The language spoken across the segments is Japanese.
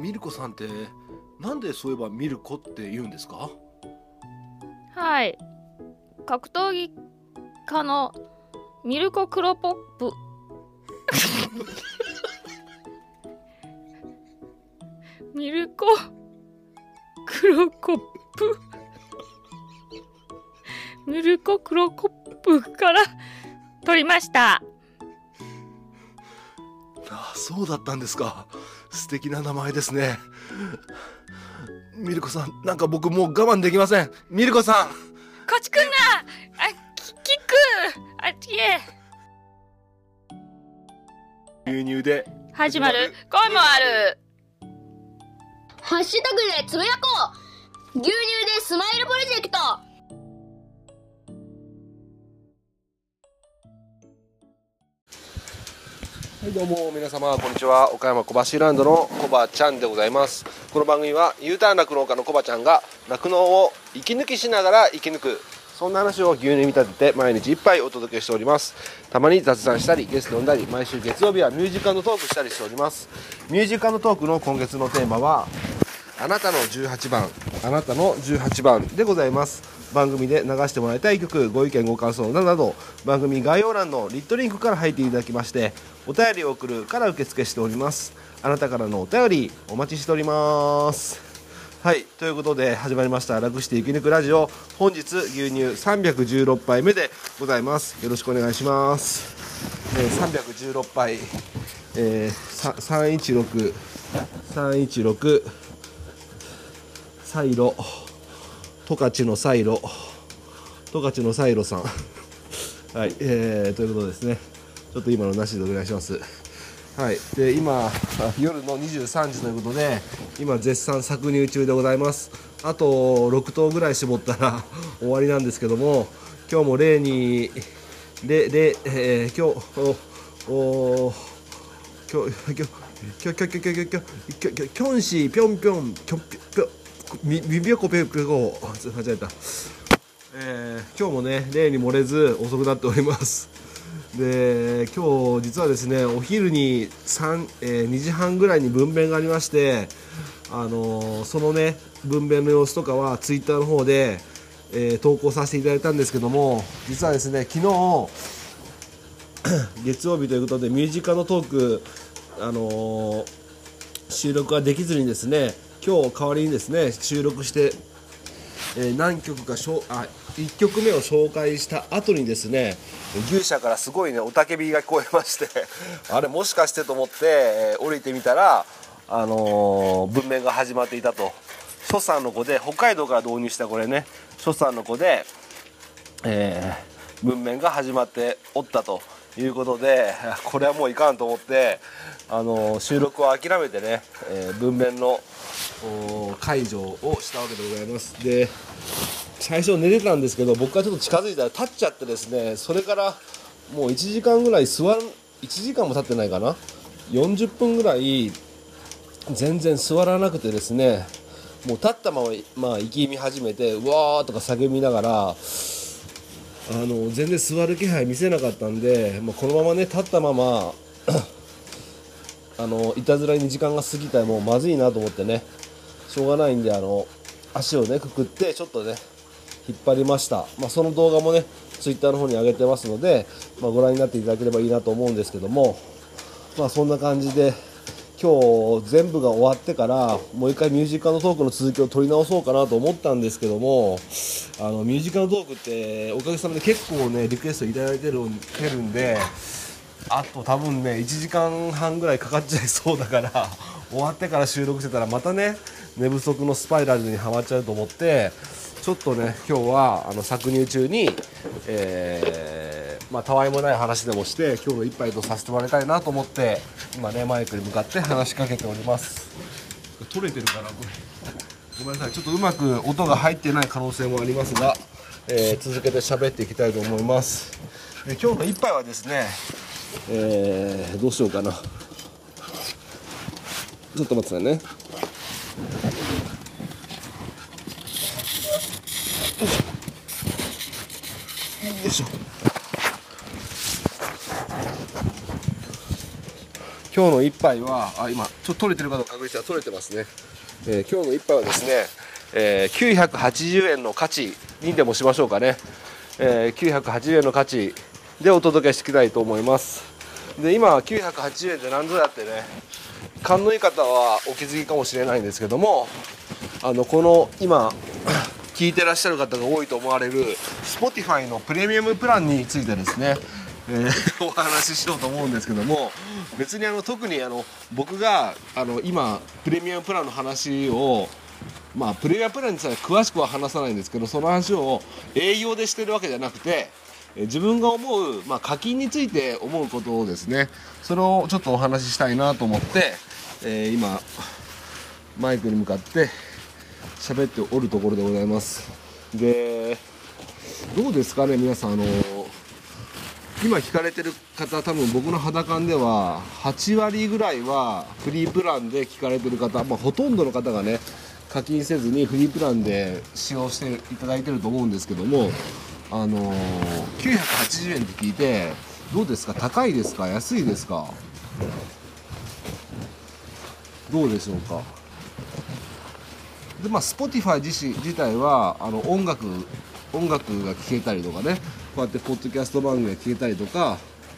ミルコさんってなんでそういえばミルコって言うんですか？ はい、格闘技家のミルコ・クロポップミルコ・クロコップミルコ・クロコップから取りました。 あ、そうだったんですか。素敵な名前ですね。ミルコさん、なんか僕もう我慢できません。ミルコさん、 こっち来んな。キック。いえ。 牛乳で始まる声もある。 ハッシュタグでつぶやこう。牛乳でスマイルプロジェクト。 はい、どうも皆様こんにちは。岡山小橋ランドのコバちゃんでございます。この番組は U ターン酪農家のコバちゃんが酪農を息抜きしながら生き抜く、そんな話を牛乳に見立てて毎日一杯お届けしております。たまに雑談したりゲスト呼んだり、毎週月曜日はミュージカルトークしたりしております。ミュージカルトークの今月のテーマはあなたの18番、あなたの18番でございます。番組で流してもらいたい曲、ご意見ご感想などなど、番組概要欄のリットリンクから入っていただきまして、お便りを送るから受付しております。あなたからのお便りお待ちしております。はい、ということで始まりました楽して生き抜くラジオ。本日牛乳316杯目でございます。よろしくお願いします。316杯、316サイロ十勝のサイロさんはい、ということですね。ちょっと今のなしでお願いします。はい、で今夜の23時ということで、今絶賛搾乳中でございます。あと6頭ぐらい絞ったら終わりなんですけども、今日も例に今日きょんしぴょんぴょんきょぴょみびょこぴょぴょこ間違えた。今日もね例に漏れず遅くなっております。で今日実はですね、お昼に2時半ぐらいに分娩がありまして、そのね分娩の様子とかはツイッターの方で、投稿させていただいたんですけども、実はですね昨日月曜日ということでミュージカルトーク、収録ができずにですね、今日代わりにですね収録して、何曲か1曲目を紹介した後にですね、牛舎からすごいね雄たけびが聞こえましてあれもしかしてと思って、降りてみたら、分娩が始まっていたと。初産の子で、北海道から導入したこれね、初産の子で、分娩が始まっておったということで、これはもういかんと思って、収録を諦めてね、分娩の解除をしたわけでございます。で最初寝てたんですけど、僕がちょっと近づいたら立っちゃってですね、それからもう1時間ぐらい1時間も経ってないかな、40分ぐらい全然座らなくてですね、もう立ったまま息み始めて、うわーとか叫びながら全然座る気配見せなかったんで、もうこのままね立ったままいたずらに時間が過ぎたらもうまずいなと思ってね、しょうがないんで足をねくくってちょっとね引っ張りました。その動画もねツイッターの方に上げてますので、ご覧になっていただければいいなと思うんですけども、そんな感じで今日全部が終わってからもう一回ミュージカルトークの続きを取り直そうかなと思ったんですけども、ミュージカルトークっておかげさまで結構ねリクエストいただいてるんで、あと多分ね1時間半ぐらいかかっちゃいそうだから終わってから収録してたらまたね寝不足のスパイラルにはまっちゃうと思って、ちょっとね今日は搾乳中に、たわいもない話でもして今日の一杯とさせてもらいたいなと思って今ねマイクに向かって話しかけております。取れてるからこれごめんなさい、ちょっとうまく音が入ってない可能性もありますが、続けて喋っていきたいと思います。今日の一杯はですね、どうしようかな、ちょっと待ってくださいね。よいしょ。今今日の一杯は今ちょっと取れてるかどうか確認したら取れてますね。今日の一杯はですね、980円の価値にでもしましょうかね。980円の価値でお届けしていきたいと思います。で今980円って何ぞやってね、勘のいい方はお気づきかもしれないんですけども、この今聞いてらっしゃる方が多いと思われる Spotify のプレミアムプランについてですね、お話ししようと思うんですけども、別に特に僕が今プレミアムプランの話をプレミアムプランについては詳しくは話さないんですけど、その話を営業でしてるわけじゃなくて、自分が思う、課金について思うことをですね、それをちょっとお話ししたいなと思って、今マイクに向かって喋っておるところでございます。でどうですかね皆さん、今聞かれてる方、多分僕の肌感では8割ぐらいはフリープランで聞かれてる方、ほとんどの方がね課金せずにフリープランで使用していただいてると思うんですけども、980円って聞いてどうですか？高いですか？安いですか？どうでしょうか？でSpotify 自体は音楽が聴けたりとかね、こうやってポッドキャスト番組が聴けたりとか、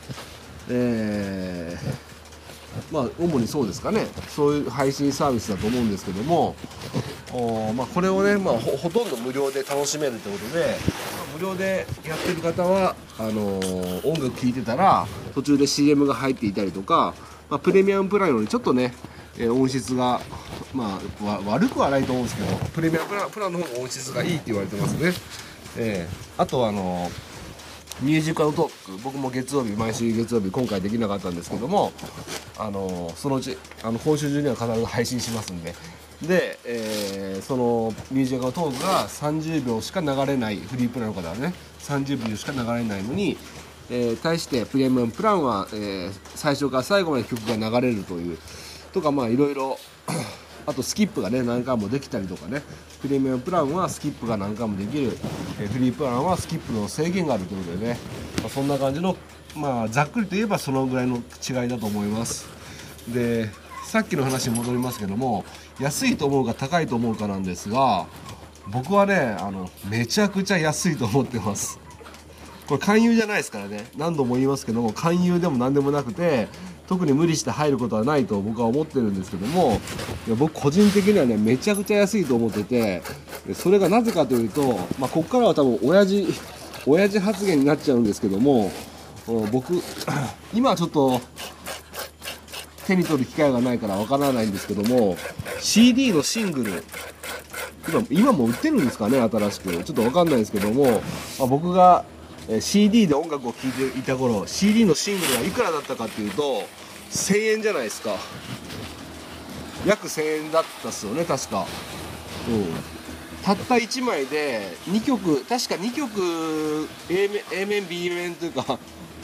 主にそうですかね、そういう配信サービスだと思うんですけども、これをね、ほとんど無料で楽しめるということで、無料でやってる方は音楽聴いてたら途中で CM が入っていたりとか、プレミアムプランよりちょっとね音質が悪くはないと思うんですけど、プレミアムプランの方が音質がいいって言われてますね。あとミュージカルトーク、僕も毎週月曜日今回できなかったんですけども、そのうち今週中には必ず配信しますんで、そのミュージカルトークが30秒しか流れない、フリープランの方はね30秒しか流れないのに、対してプレミアムプランは、最初から最後まで曲が流れるというとか、いろいろあとスキップがね何回もできたりとかね、プレミアムプランはスキップが何回もできる、フリープランはスキップの制限があるということでね、そんな感じのざっくりと言えばそのぐらいの違いだと思います。でさっきの話に戻りますけども、安いと思うか高いと思うかなんですが、僕はねめちゃくちゃ安いと思ってます。これ勧誘じゃないですからね、何度も言いますけども、勧誘でも何でもなくて、特に無理して入ることはないと僕は思ってるんですけども、僕個人的にはねめちゃくちゃ安いと思ってて、それがなぜかというと、ここからは多分親父発言になっちゃうんですけども、僕今はちょっと手に取る機会がないからわからないんですけども、 CD のシングル今も売ってるんですかね、新しくちょっとわかんないですけども、僕がCD で音楽を聴いていた頃、 CD のシングルはいくらだったかっていうと1000円じゃないですか。約1000円だったっすよね確か。たった1枚で2曲、確か2曲 A 面 B 面というか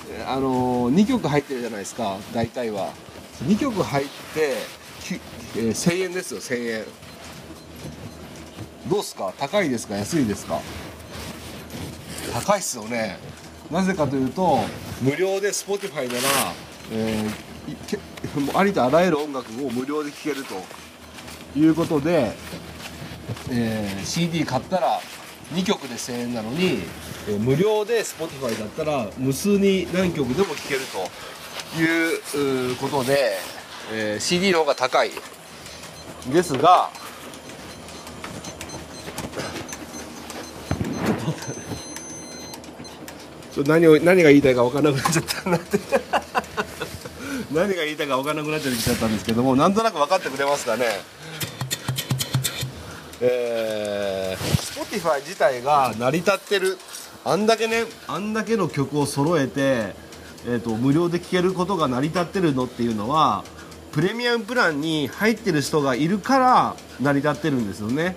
2曲入ってるじゃないですか。大体は2曲入って1000円ですよ。1000円どうっすか？高いですか？安いですか？高いっすよね。なぜかというと無料で Spotify なら、ありとあらゆる音楽を無料で聴けるということで、CD 買ったら2曲で1000円なのに、無料で Spotify だったら無数に何曲でも聴けるということで、CD の方が高いですが、何が言いたいか分からなくなっちゃったなって何が言いたいか分からなくなっちゃったんですけども、なんとなく分かってくれますかね。Spotify 自体が成り立ってる、あんだけの曲を揃えて、無料で聴けることが成り立ってるのっていうのは、プレミアムプランに入ってる人がいるから成り立ってるんですよね。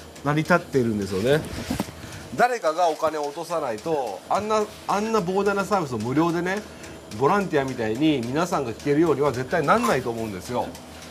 誰かがお金を落とさないと、あんな膨大なサービスを無料でね、ボランティアみたいに皆さんが聞けるようには絶対なんないと思うんですよ。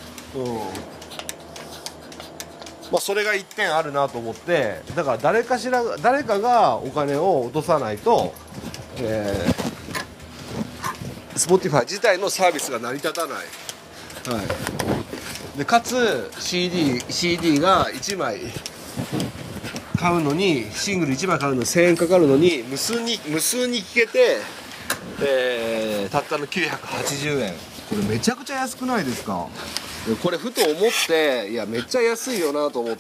それが一点あるなと思って、だから誰かがお金を落とさないと、Spotify 自体のサービスが成り立たないでかつ CD が1枚買うのに、シングル1枚買うのに1000円かかるのに無数に聴けて、たったの980円。これめちゃくちゃ安くないですか。でこれふと思って、いやめっちゃ安いよなと思って、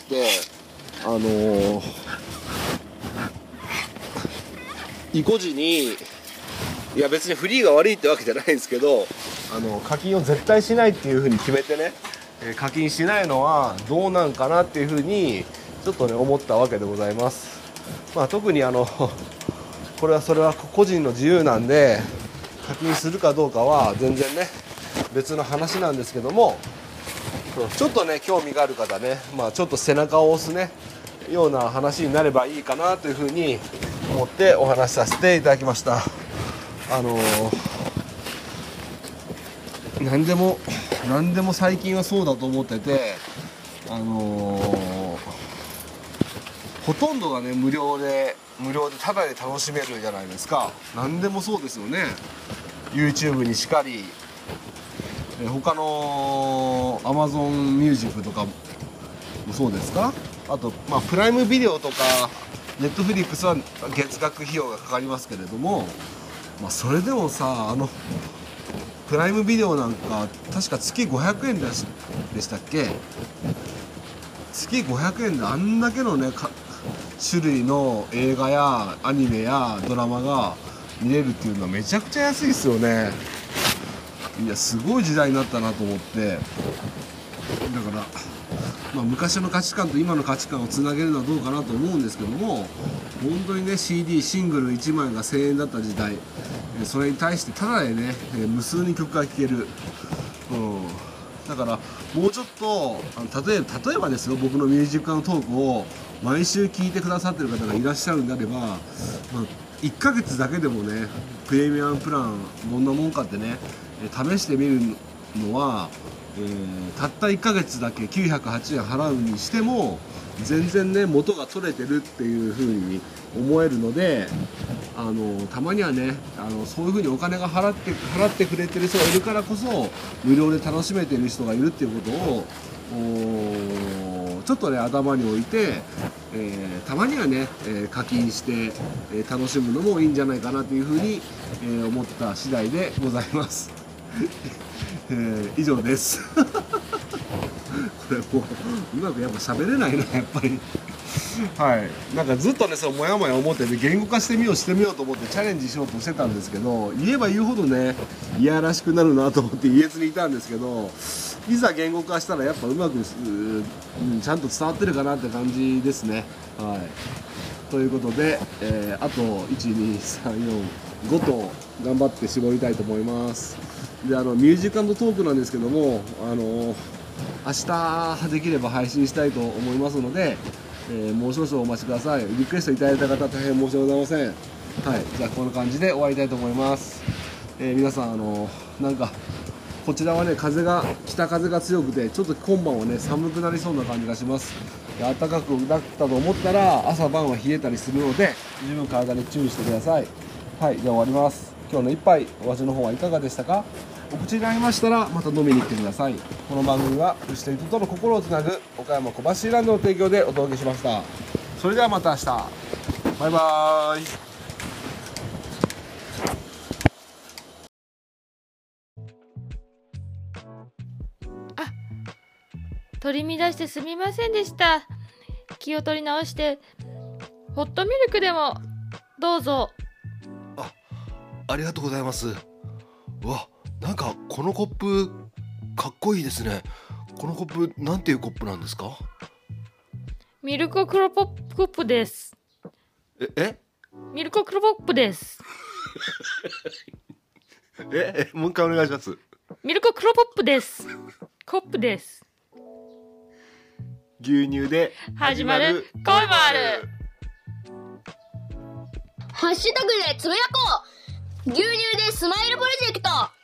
意固地に、いや別にフリーが悪いってわけじゃないんですけど、課金を絶対しないっていう風に決めてね、課金しないのはどうなんかなっていう風にちょっとね思ったわけでございます。特にそれは個人の自由なんで、課金するかどうかは全然ね別の話なんですけども、ちょっとね興味がある方ね、ちょっと背中を押すねような話になればいいかなというふうに思ってお話しさせていただきました。何でも最近はそうだと思ってて、ほとんどがね無料でタダで楽しめるじゃないですか。何でもそうですよね。 YouTube にしかり、他の Amazon ミュージックとかもそうですか。あとプライムビデオとか Netflix は月額費用がかかりますけれども、それでもさ、プライムビデオなんか確か月500円でしたっけ。月500円であんだけのね種類の映画やアニメやドラマが見れるっていうのはめちゃくちゃ安いですよね。いやすごい時代になったなと思って、だから、昔の価値観と今の価値観をつなげるのはどうかなと思うんですけども、本当にね CD シングル1枚が1000円だった時代、それに対してただでね無数に曲が聴ける、だからもうちょっと例えばですよ、僕のミュージックのトークを毎週聞いてくださってる方がいらっしゃるんであれば、1ヶ月だけでもねプレミアムプランどんなもんかってね試してみるのは、たった1ヶ月だけ908円払うにしても全然ね元が取れてるっていう風に思えるので、たまにはねそういう風にお金が払ってくれてる人がいるからこそ無料で楽しめてる人がいるっていうことをちょっとね頭に置いて、たまにはね、課金して、楽しむのもいいんじゃないかなという風に、思った次第でございます。以上です。これもうまくやっぱ喋れないなやっぱり。はい、なんかずっとねそうもやもや思ってて言語化してみようと思ってチャレンジしようとしてたんですけど、言えば言うほどねいやらしくなるなと思って言えずにいたんですけど、いざ言語化したらやっぱうまくちゃんと伝わってるかなって感じですね。はい、ということで、あと12345と頑張って絞りたいと思います。でミュージック&トークなんですけども、明日できれば配信したいと思いますので、もう少々お待ちください。リクエストいただいた方大変申し訳ございません。はい、じゃあこんな感じで終わりたいと思います。皆さんなんかこちらはね北風が強くてちょっと今晩はね寒くなりそうな感じがします。で暖かくなったと思ったら朝晩は冷えたりするので十分体に注意してください。はい、じゃあ終わります。今日の一杯お味の方はいかがでしたか。お口に合いましたらまた飲みに来てください。この番組は牛と人との心をつなぐ岡山小橋ランドの提供でお届けしました。それではまた明日、バイバーイ。 取り乱してすみませんでした。気を取り直してホットミルクでもどうぞ。 ありがとうございます。うわ、なんかこのコップかっこいいですね。このコップなんていうコップなんですか。 ミルコクロポップコップです。ミルコクロポップです。 もう一回お願いします。 ミルコクロポップです。コップです。 牛乳で始まる恋もある。 ハッシュタグでつぶやこう。牛乳でスマイルプロジェクト。